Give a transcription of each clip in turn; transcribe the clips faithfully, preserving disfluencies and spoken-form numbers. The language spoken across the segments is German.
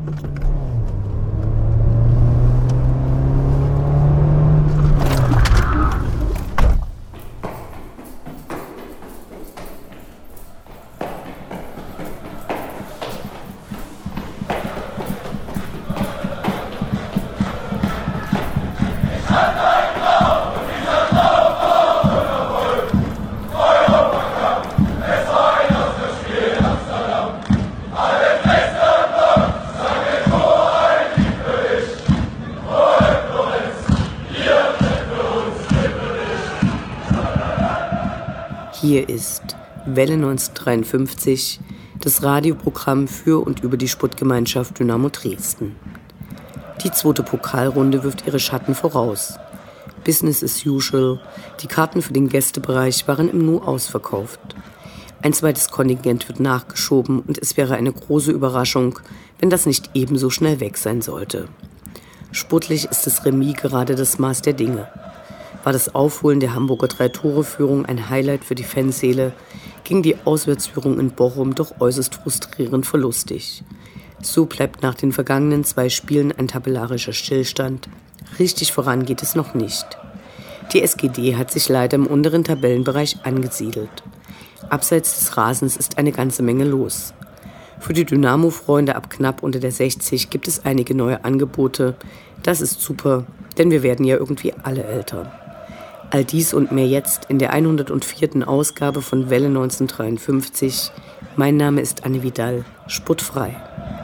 Hier ist Welle neunzehnhundertdreiundfünfzig, das Radioprogramm für und über die Sportgemeinschaft Dynamo Dresden. Die zweite Pokalrunde wirft ihre Schatten voraus. Business as usual, die Karten für den Gästebereich waren im Nu ausverkauft. Ein zweites Kontingent wird nachgeschoben und es wäre eine große Überraschung, wenn das nicht ebenso schnell weg sein sollte. Sportlich ist das Remis gerade das Maß der Dinge. War das Aufholen der Hamburger Drei-Tore-Führung ein Highlight für die Fanseele, ging die Auswärtsführung in Bochum doch äußerst frustrierend verlustig. So bleibt nach den vergangenen zwei Spielen ein tabellarischer Stillstand. Richtig voran geht es noch nicht. Die S G D hat sich leider im unteren Tabellenbereich angesiedelt. Abseits des Rasens ist eine ganze Menge los. Für die Dynamo-Freunde ab knapp unter der sechzig gibt es einige neue Angebote. Das ist super, denn wir werden ja irgendwie alle älter. All dies und mehr jetzt in der hundertvierten Ausgabe von Welle neunzehnhundertdreiundfünfzig. Mein Name ist Anne Vidal, spottfrei.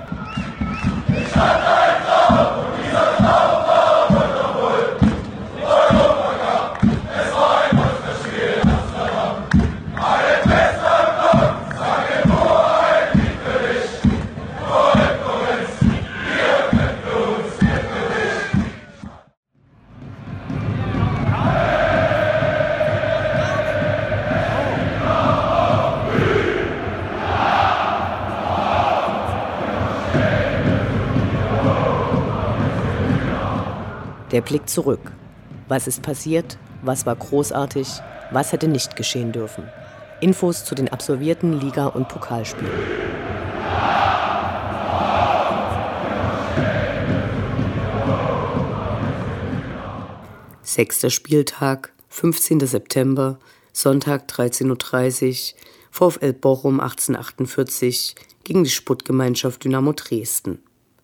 Der Blick zurück. Was ist passiert? Was war großartig? Was hätte nicht geschehen dürfen? Infos zu den absolvierten Liga- und Pokalspielen. Sechster Spieltag, fünfzehnter September, Sonntag dreizehn Uhr dreißig, VfL Bochum achtzehnhundertachtundvierzig gegen die Sportgemeinschaft Dynamo Dresden.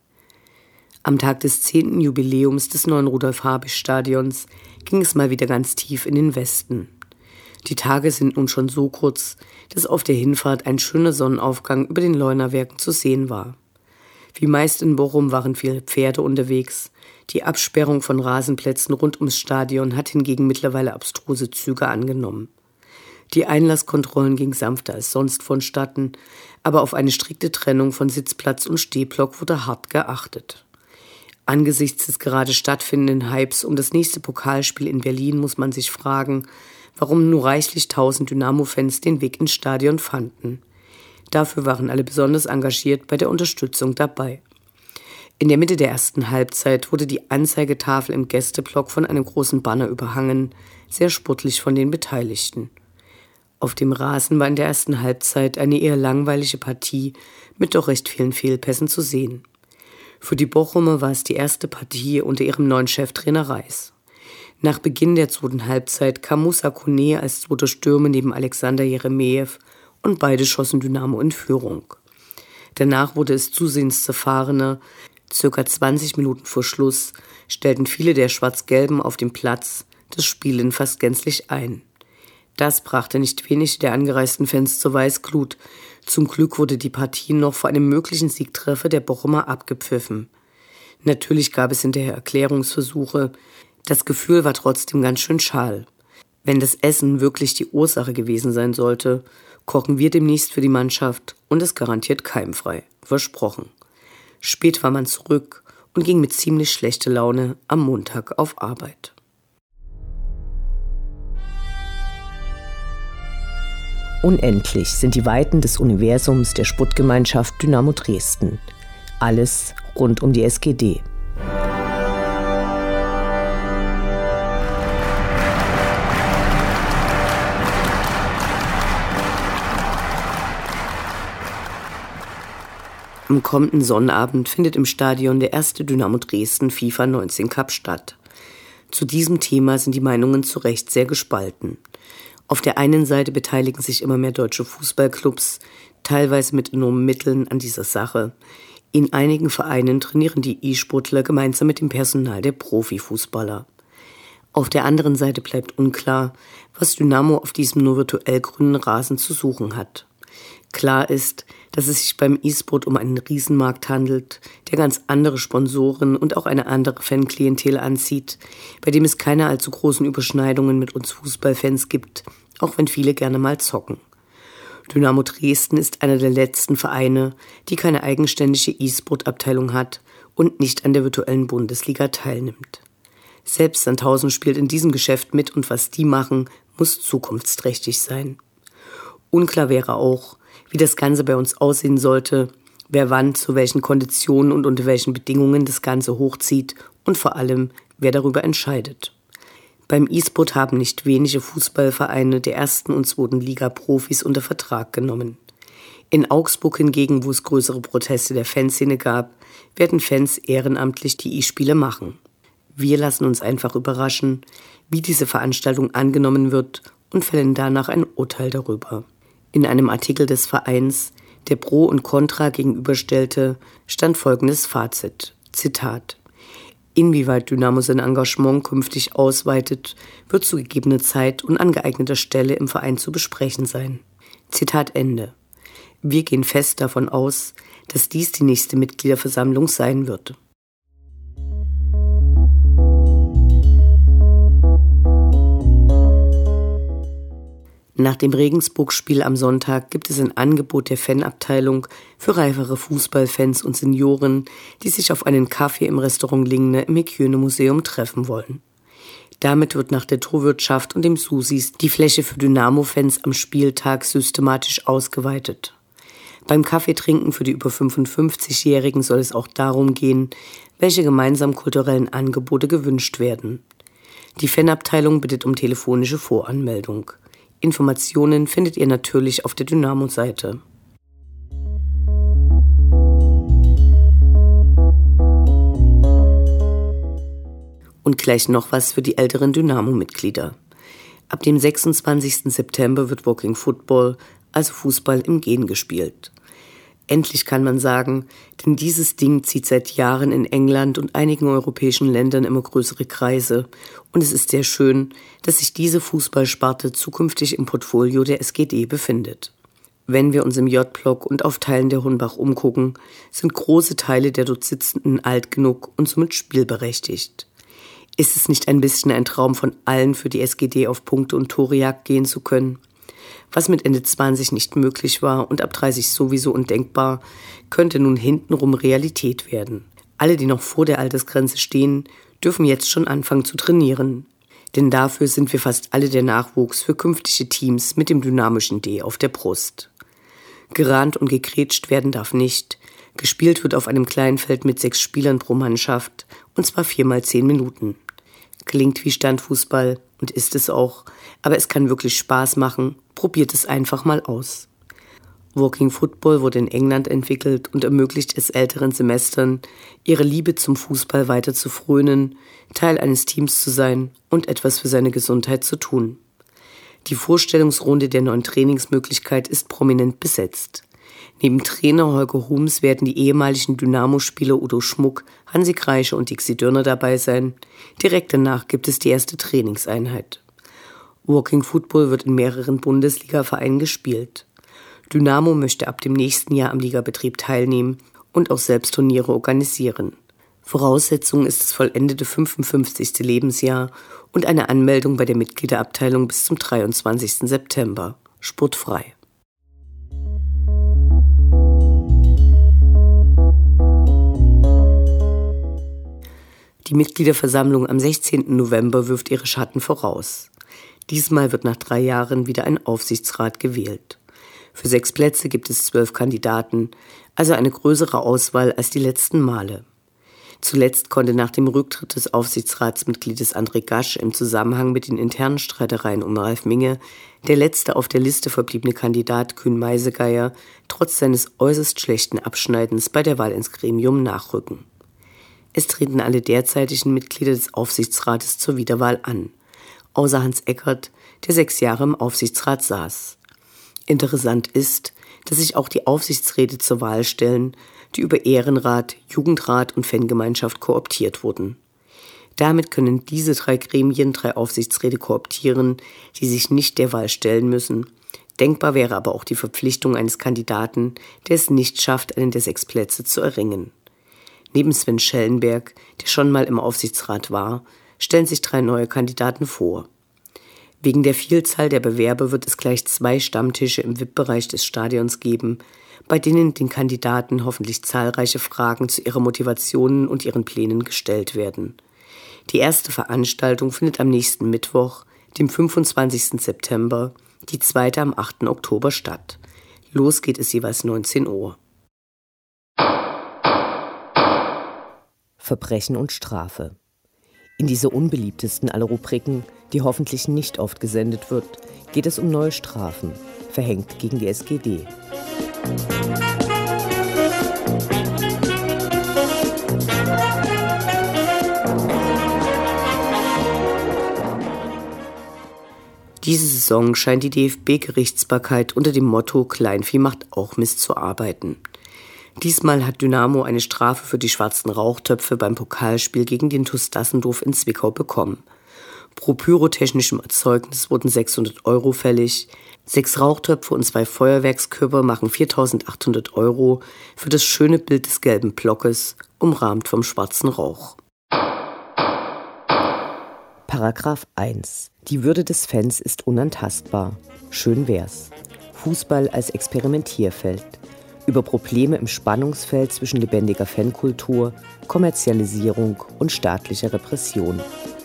Am Tag des zehnten Jubiläums des neuen Rudolf-Habich-Stadions ging es mal wieder ganz tief in den Westen. Die Tage sind nun schon so kurz, dass auf der Hinfahrt ein schöner Sonnenaufgang über den Leunawerken zu sehen war. Wie meist in Bochum waren viele Pferde unterwegs. Die Absperrung von Rasenplätzen rund ums Stadion hat hingegen mittlerweile abstruse Züge angenommen. Die Einlasskontrollen gingen sanfter als sonst vonstatten, aber auf eine strikte Trennung von Sitzplatz und Stehblock wurde hart geachtet. Angesichts des gerade stattfindenden Hypes um das nächste Pokalspiel in Berlin muss man sich fragen, warum nur reichlich tausend Dynamo-Fans den Weg ins Stadion fanden. Dafür waren alle besonders engagiert bei der Unterstützung dabei. In der Mitte der ersten Halbzeit wurde die Anzeigetafel im Gästeblock von einem großen Banner überhangen, sehr sportlich von den Beteiligten. Auf dem Rasen war in der ersten Halbzeit eine eher langweilige Partie mit doch recht vielen Fehlpässen zu sehen. Für die Bochumer war es die erste Partie unter ihrem neuen Cheftrainer Reis. Nach Beginn der zweiten Halbzeit kam Moussa Kone als zweiter Stürmer neben Alexander Jeremejew und beide schossen Dynamo in Führung. Danach wurde es zusehends zerfahrener. Circa zwanzig Minuten vor Schluss stellten viele der Schwarz-Gelben auf dem Platz das Spielen fast gänzlich ein. Das brachte nicht wenig der angereisten Fans zur Weißglut. Zum Glück wurde die Partie noch vor einem möglichen Siegtreffer der Bochumer abgepfiffen. Natürlich gab es hinterher Erklärungsversuche. Das Gefühl war trotzdem ganz schön schal. Wenn das Essen wirklich die Ursache gewesen sein sollte, kochen wir demnächst für die Mannschaft und es garantiert keimfrei. Versprochen. Spät war man zurück und ging mit ziemlich schlechter Laune am Montag auf Arbeit. Unendlich sind die Weiten des Universums der Sportgemeinschaft Dynamo Dresden. Alles rund um die S G D. Am kommenden Sonnabend findet im Stadion der erste Dynamo Dresden FIFA neunzehn Cup statt. Zu diesem Thema sind die Meinungen zu Recht sehr gespalten. Auf der einen Seite beteiligen sich immer mehr deutsche Fußballclubs, teilweise mit enormen Mitteln, an dieser Sache. In einigen Vereinen trainieren die E-Sportler gemeinsam mit dem Personal der Profifußballer. Auf der anderen Seite bleibt unklar, was Dynamo auf diesem nur virtuell grünen Rasen zu suchen hat. Klar ist, dass es sich beim E-Sport um einen Riesenmarkt handelt, der ganz andere Sponsoren und auch eine andere Fanklientel anzieht, bei dem es keine allzu großen Überschneidungen mit uns Fußballfans gibt, auch wenn viele gerne mal zocken. Dynamo Dresden ist einer der letzten Vereine, die keine eigenständige E-Sport-Abteilung hat und nicht an der virtuellen Bundesliga teilnimmt. Selbst Sandhausen spielt in diesem Geschäft mit und was die machen, muss zukunftsträchtig sein. Unklar wäre auch, wie das Ganze bei uns aussehen sollte, wer wann, zu welchen Konditionen und unter welchen Bedingungen das Ganze hochzieht und vor allem, wer darüber entscheidet. Beim E-Sport haben nicht wenige Fußballvereine der ersten und zweiten Liga Profis unter Vertrag genommen. In Augsburg hingegen, wo es größere Proteste der Fanszene gab, werden Fans ehrenamtlich die E-Spiele machen. Wir lassen uns einfach überraschen, wie diese Veranstaltung angenommen wird und fällen danach ein Urteil darüber. In einem Artikel des Vereins, der Pro und Contra gegenüberstellte, stand folgendes Fazit, Zitat: Inwieweit Dynamo sein Engagement künftig ausweitet, wird zu gegebener Zeit und an geeigneter Stelle im Verein zu besprechen sein. Zitat Ende. Wir gehen fest davon aus, dass dies die nächste Mitgliederversammlung sein wird. Nach dem Regensburg-Spiel am Sonntag gibt es ein Angebot der Fanabteilung für reifere Fußballfans und Senioren, die sich auf einen Kaffee im Restaurant Lingner im Hygiene-Museum treffen wollen. Damit wird nach der Torwirtschaft und dem Susis die Fläche für Dynamo-Fans am Spieltag systematisch ausgeweitet. Beim Kaffeetrinken für die über fünfundfünfzigjährigen soll es auch darum gehen, welche gemeinsamen kulturellen Angebote gewünscht werden. Die Fanabteilung bittet um telefonische Voranmeldung. Informationen findet ihr natürlich auf der Dynamo-Seite. Und gleich noch was für die älteren Dynamo-Mitglieder. Ab dem sechsundzwanzigsten September wird Walking Football, also Fußball im Gehen, gespielt. Endlich kann man sagen, denn dieses Ding zieht seit Jahren in England und einigen europäischen Ländern immer größere Kreise und es ist sehr schön, dass sich diese Fußballsparte zukünftig im Portfolio der S G D befindet. Wenn wir uns im J-Block und auf Teilen der Hornbach umgucken, sind große Teile der dort Sitzenden alt genug und somit spielberechtigt. Ist es nicht ein bisschen ein Traum von allen, für die S G D auf Punkte- und Torejagd gehen zu können? Was mit Ende zwanzig nicht möglich war und ab dreißig sowieso undenkbar, könnte nun hintenrum Realität werden. Alle, die noch vor der Altersgrenze stehen, dürfen jetzt schon anfangen zu trainieren. Denn dafür sind wir fast alle der Nachwuchs für künftige Teams mit dem dynamischen D auf der Brust. Gerannt und gegrätscht werden darf nicht. Gespielt wird auf einem kleinen Feld mit sechs Spielern pro Mannschaft, und zwar viermal zehn Minuten. Klingt wie Standfußball und ist es auch, aber es kann wirklich Spaß machen. Probiert es einfach mal aus. Walking Football wurde in England entwickelt und ermöglicht es älteren Semestern, ihre Liebe zum Fußball weiter zu frönen, Teil eines Teams zu sein und etwas für seine Gesundheit zu tun. Die Vorstellungsrunde der neuen Trainingsmöglichkeit ist prominent besetzt. Neben Trainer Holger Hums werden die ehemaligen Dynamo-Spieler Udo Schmuck, Hansi Kreische und Dixi Dörner dabei sein. Direkt danach gibt es die erste Trainingseinheit. Walking Football wird in mehreren Bundesliga-Vereinen gespielt. Dynamo möchte ab dem nächsten Jahr am Ligabetrieb teilnehmen und auch selbst Turniere organisieren. Voraussetzung ist das vollendete fünfundfünfzigste Lebensjahr und eine Anmeldung bei der Mitgliederabteilung bis zum dreiundzwanzigsten September. Sportfrei. Die Mitgliederversammlung am sechzehnten November wirft ihre Schatten voraus. Diesmal wird nach drei Jahren wieder ein Aufsichtsrat gewählt. Für sechs Plätze gibt es zwölf Kandidaten, also eine größere Auswahl als die letzten Male. Zuletzt konnte nach dem Rücktritt des Aufsichtsratsmitgliedes André Gasch im Zusammenhang mit den internen Streitereien um Ralf Minge der letzte auf der Liste verbliebene Kandidat Kühn Meisegeier trotz seines äußerst schlechten Abschneidens bei der Wahl ins Gremium nachrücken. Es treten alle derzeitigen Mitglieder des Aufsichtsrates zur Wiederwahl an, außer Hans Eckert, der sechs Jahre im Aufsichtsrat saß. Interessant ist, dass sich auch die Aufsichtsräte zur Wahl stellen, die über Ehrenrat, Jugendrat und Fangemeinschaft kooptiert wurden. Damit können diese drei Gremien drei Aufsichtsräte kooptieren, die sich nicht der Wahl stellen müssen. Denkbar wäre aber auch die Verpflichtung eines Kandidaten, der es nicht schafft, einen der sechs Plätze zu erringen. Neben Sven Schellenberg, der schon mal im Aufsichtsrat war, stellen sich drei neue Kandidaten vor. Wegen der Vielzahl der Bewerber wird es gleich zwei Stammtische im V I P-Bereich des Stadions geben, bei denen den Kandidaten hoffentlich zahlreiche Fragen zu ihrer Motivation und ihren Plänen gestellt werden. Die erste Veranstaltung findet am nächsten Mittwoch, dem fünfundzwanzigsten September, die zweite am achten Oktober statt. Los geht es jeweils neunzehn Uhr. Verbrechen und Strafe. In dieser unbeliebtesten aller Rubriken, die hoffentlich nicht oft gesendet wird, geht es um neue Strafen, verhängt gegen die S G D. Diese Saison scheint die D F B-Gerichtsbarkeit unter dem Motto Kleinvieh macht auch Mist zu arbeiten. Diesmal hat Dynamo eine Strafe für die schwarzen Rauchtöpfe beim Pokalspiel gegen den T uS Dassendorf in Zwickau bekommen. Pro pyrotechnischem Erzeugnis wurden sechshundert Euro fällig. Sechs Rauchtöpfe und zwei Feuerwerkskörper machen viertausendachthundert Euro für das schöne Bild des gelben Blockes, umrahmt vom schwarzen Rauch. Paragraph eins. Die Würde des Fans ist unantastbar. Schön wär's. Fußball als Experimentierfeld. Über Probleme im Spannungsfeld zwischen lebendiger Fankultur, Kommerzialisierung und staatlicher Repression.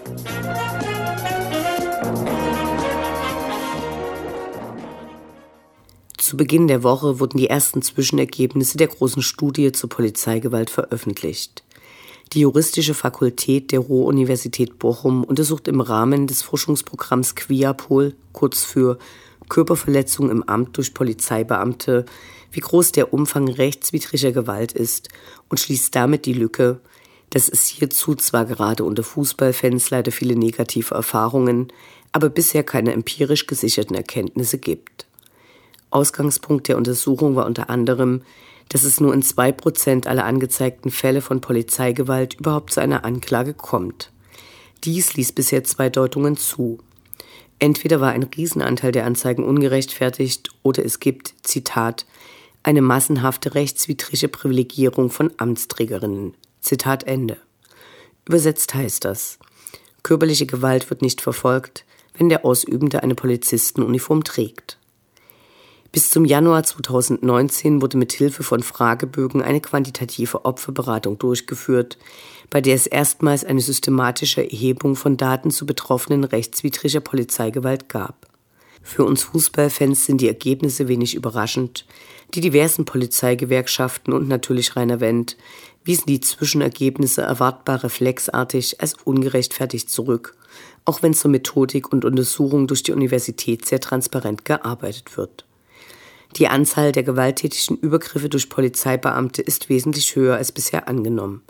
Zu Beginn der Woche wurden die ersten Zwischenergebnisse der großen Studie zur Polizeigewalt veröffentlicht. Die juristische Fakultät der Ruhr-Universität Bochum untersucht im Rahmen des Forschungsprogramms QIAPOL, kurz für Körperverletzung im Amt durch Polizeibeamte, wie groß der Umfang rechtswidriger Gewalt ist und schließt damit die Lücke, dass es hierzu zwar gerade unter Fußballfans leider viele negative Erfahrungen, aber bisher keine empirisch gesicherten Erkenntnisse gibt. Ausgangspunkt der Untersuchung war unter anderem, dass es nur in zwei Prozent aller angezeigten Fälle von Polizeigewalt überhaupt zu einer Anklage kommt. Dies ließ bisher zwei Deutungen zu. Entweder war ein Riesenanteil der Anzeigen ungerechtfertigt oder es gibt, Zitat, eine massenhafte rechtswidrige Privilegierung von Amtsträgerinnen. Zitat Ende. Übersetzt heißt das, körperliche Gewalt wird nicht verfolgt, wenn der Ausübende eine Polizistenuniform trägt. Bis zum Januar zweitausendneunzehn wurde mit Hilfe von Fragebögen eine quantitative Opferberatung durchgeführt, bei der es erstmals eine systematische Erhebung von Daten zu Betroffenen rechtswidriger Polizeigewalt gab. Für uns Fußballfans sind die Ergebnisse wenig überraschend. Die diversen Polizeigewerkschaften und natürlich Rainer Wendt wiesen die Zwischenergebnisse erwartbar reflexartig als ungerechtfertigt zurück, auch wenn zur Methodik und Untersuchung durch die Universität sehr transparent gearbeitet wird. Die Anzahl der gewalttätigen Übergriffe durch Polizeibeamte ist wesentlich höher als bisher angenommen.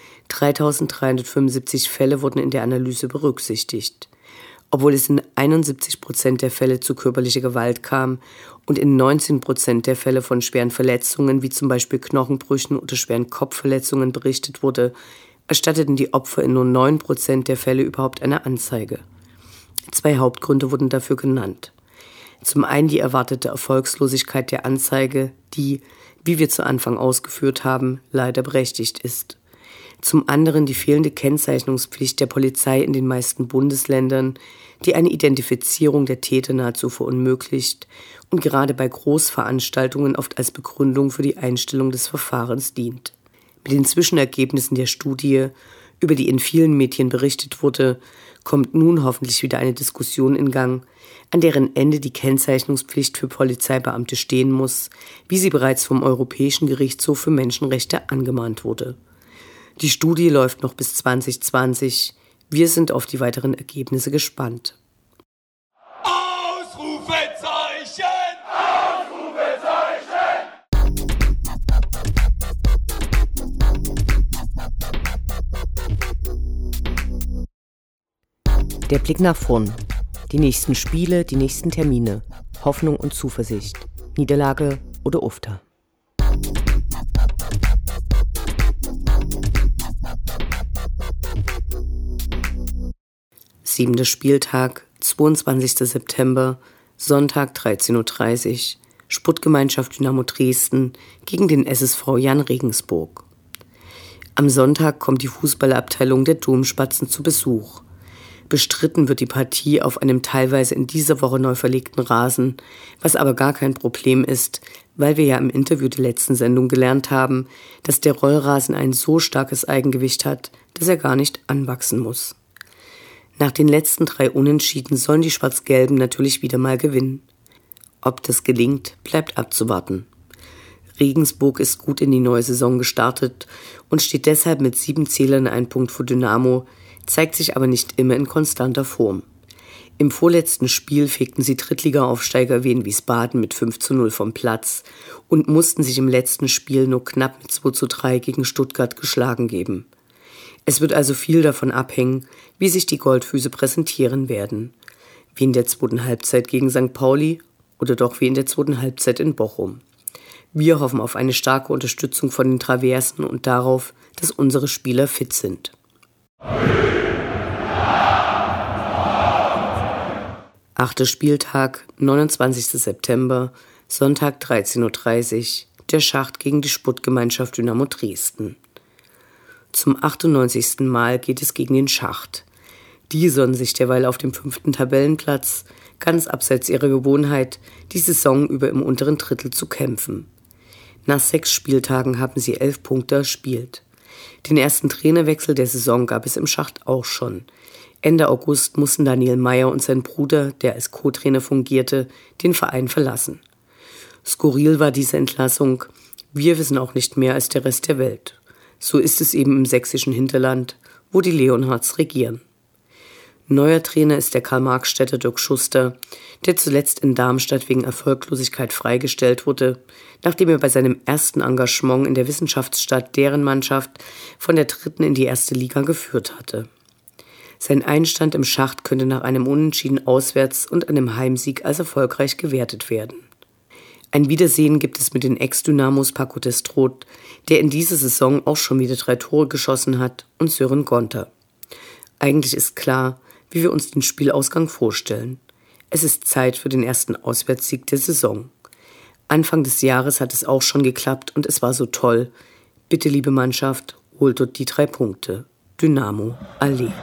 dreitausenddreihundertfünfundsiebzig Fälle wurden in der Analyse berücksichtigt. Obwohl es in einundsiebzig Prozent der Fälle zu körperlicher Gewalt kam und in neunzehn Prozent der Fälle von schweren Verletzungen wie zum Beispiel Knochenbrüchen oder schweren Kopfverletzungen berichtet wurde, erstatteten die Opfer in nur neun Prozent der Fälle überhaupt eine Anzeige. Zwei Hauptgründe wurden dafür genannt. Zum einen die erwartete Erfolgslosigkeit der Anzeige, die, wie wir zu Anfang ausgeführt haben, leider berechtigt ist. Zum anderen die fehlende Kennzeichnungspflicht der Polizei in den meisten Bundesländern, die eine Identifizierung der Täter nahezu verunmöglicht und gerade bei Großveranstaltungen oft als Begründung für die Einstellung des Verfahrens dient. Mit den Zwischenergebnissen der Studie, über die in vielen Medien berichtet wurde, kommt nun hoffentlich wieder eine Diskussion in Gang, an deren Ende die Kennzeichnungspflicht für Polizeibeamte stehen muss, wie sie bereits vom Europäischen Gerichtshof für Menschenrechte angemahnt wurde. Die Studie läuft noch bis zwanzig zwanzig. Wir sind auf die weiteren Ergebnisse gespannt. Ausrufezeichen! Ausrufezeichen! Der Blick nach vorn. Die nächsten Spiele, die nächsten Termine. Hoffnung und Zuversicht. Niederlage oder Ufter. Siebter Spieltag, zweiundzwanzigster September, Sonntag dreizehn Uhr dreißig, Sportgemeinschaft Dynamo Dresden gegen den S S V Jan Regensburg. Am Sonntag kommt die Fußballabteilung der Domspatzen zu Besuch. Bestritten wird die Partie auf einem teilweise in dieser Woche neu verlegten Rasen, was aber gar kein Problem ist, weil wir ja im Interview der letzten Sendung gelernt haben, dass der Rollrasen ein so starkes Eigengewicht hat, dass er gar nicht anwachsen muss. Nach den letzten drei Unentschieden sollen die Schwarz-Gelben natürlich wieder mal gewinnen. Ob das gelingt, bleibt abzuwarten. Regensburg ist gut in die neue Saison gestartet und steht deshalb mit sieben Zählern einen Punkt vor Dynamo, zeigt sich aber nicht immer in konstanter Form. Im vorletzten Spiel fegten sie Drittliga-Aufsteiger Wien Wiesbaden mit fünf zu null vom Platz und mussten sich im letzten Spiel nur knapp mit zwei zu drei gegen Stuttgart geschlagen geben. Es wird also viel davon abhängen, wie sich die Goldfüße präsentieren werden. Wie in der zweiten Halbzeit gegen Sankt Pauli oder doch wie in der zweiten Halbzeit in Bochum. Wir hoffen auf eine starke Unterstützung von den Traversen und darauf, dass unsere Spieler fit sind. Achter Spieltag, neunundzwanzigster September, Sonntag dreizehn Uhr dreißig, der Schacht gegen die Sportgemeinschaft Dynamo Dresden. Zum achtundneunzigsten Mal geht es gegen den Schacht. Die sonnen sich derweil auf dem fünften Tabellenplatz, ganz abseits ihrer Gewohnheit, die Saison über im unteren Drittel zu kämpfen. Nach sechs Spieltagen haben sie elf Punkte erspielt. Den ersten Trainerwechsel der Saison gab es im Schacht auch schon. Ende August mussten Daniel Meyer und sein Bruder, der als Co-Trainer fungierte, den Verein verlassen. Skurril war diese Entlassung. Wir wissen auch nicht mehr als der Rest der Welt. So ist es eben im sächsischen Hinterland, wo die Leonhards regieren. Neuer Trainer ist der Karl-Marx-Städter Dirk Schuster, der zuletzt in Darmstadt wegen Erfolglosigkeit freigestellt wurde, nachdem er bei seinem ersten Engagement in der Wissenschaftsstadt deren Mannschaft von der dritten in die erste Liga geführt hatte. Sein Einstand im Schacht könnte nach einem Unentschieden auswärts und einem Heimsieg als erfolgreich gewertet werden. Ein Wiedersehen gibt es mit den Ex-Dynamos Paco Destroth, der in dieser Saison auch schon wieder drei Tore geschossen hat, und Sören Gonter. Eigentlich ist klar, wie wir uns den Spielausgang vorstellen. Es ist Zeit für den ersten Auswärtssieg der Saison. Anfang des Jahres hat es auch schon geklappt und es war so toll. Bitte, liebe Mannschaft, holt dort die drei Punkte. Dynamo, Allee.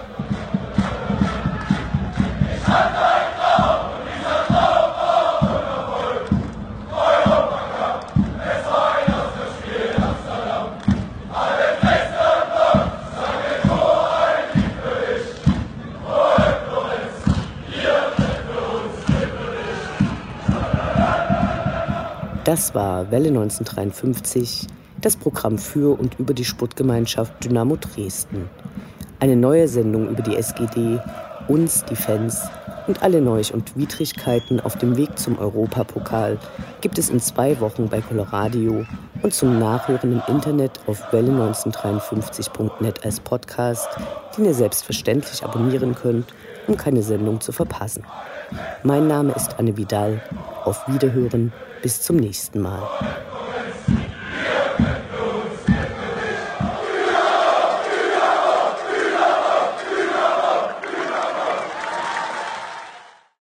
Das war Welle neunzehnhundertdreiundfünfzig, das Programm für und über die Sportgemeinschaft Dynamo Dresden. Eine neue Sendung über die S G D, uns, die Fans und alle Neuigkeiten und Widrigkeiten auf dem Weg zum Europapokal gibt es in zwei Wochen bei Coloradio und zum Nachhören im Internet auf welle neunzehnhundertdreiundfünfzig punkt net als Podcast, den ihr selbstverständlich abonnieren könnt, um keine Sendung zu verpassen. Mein Name ist Anne Vidal. Auf Wiederhören. Bis zum nächsten Mal.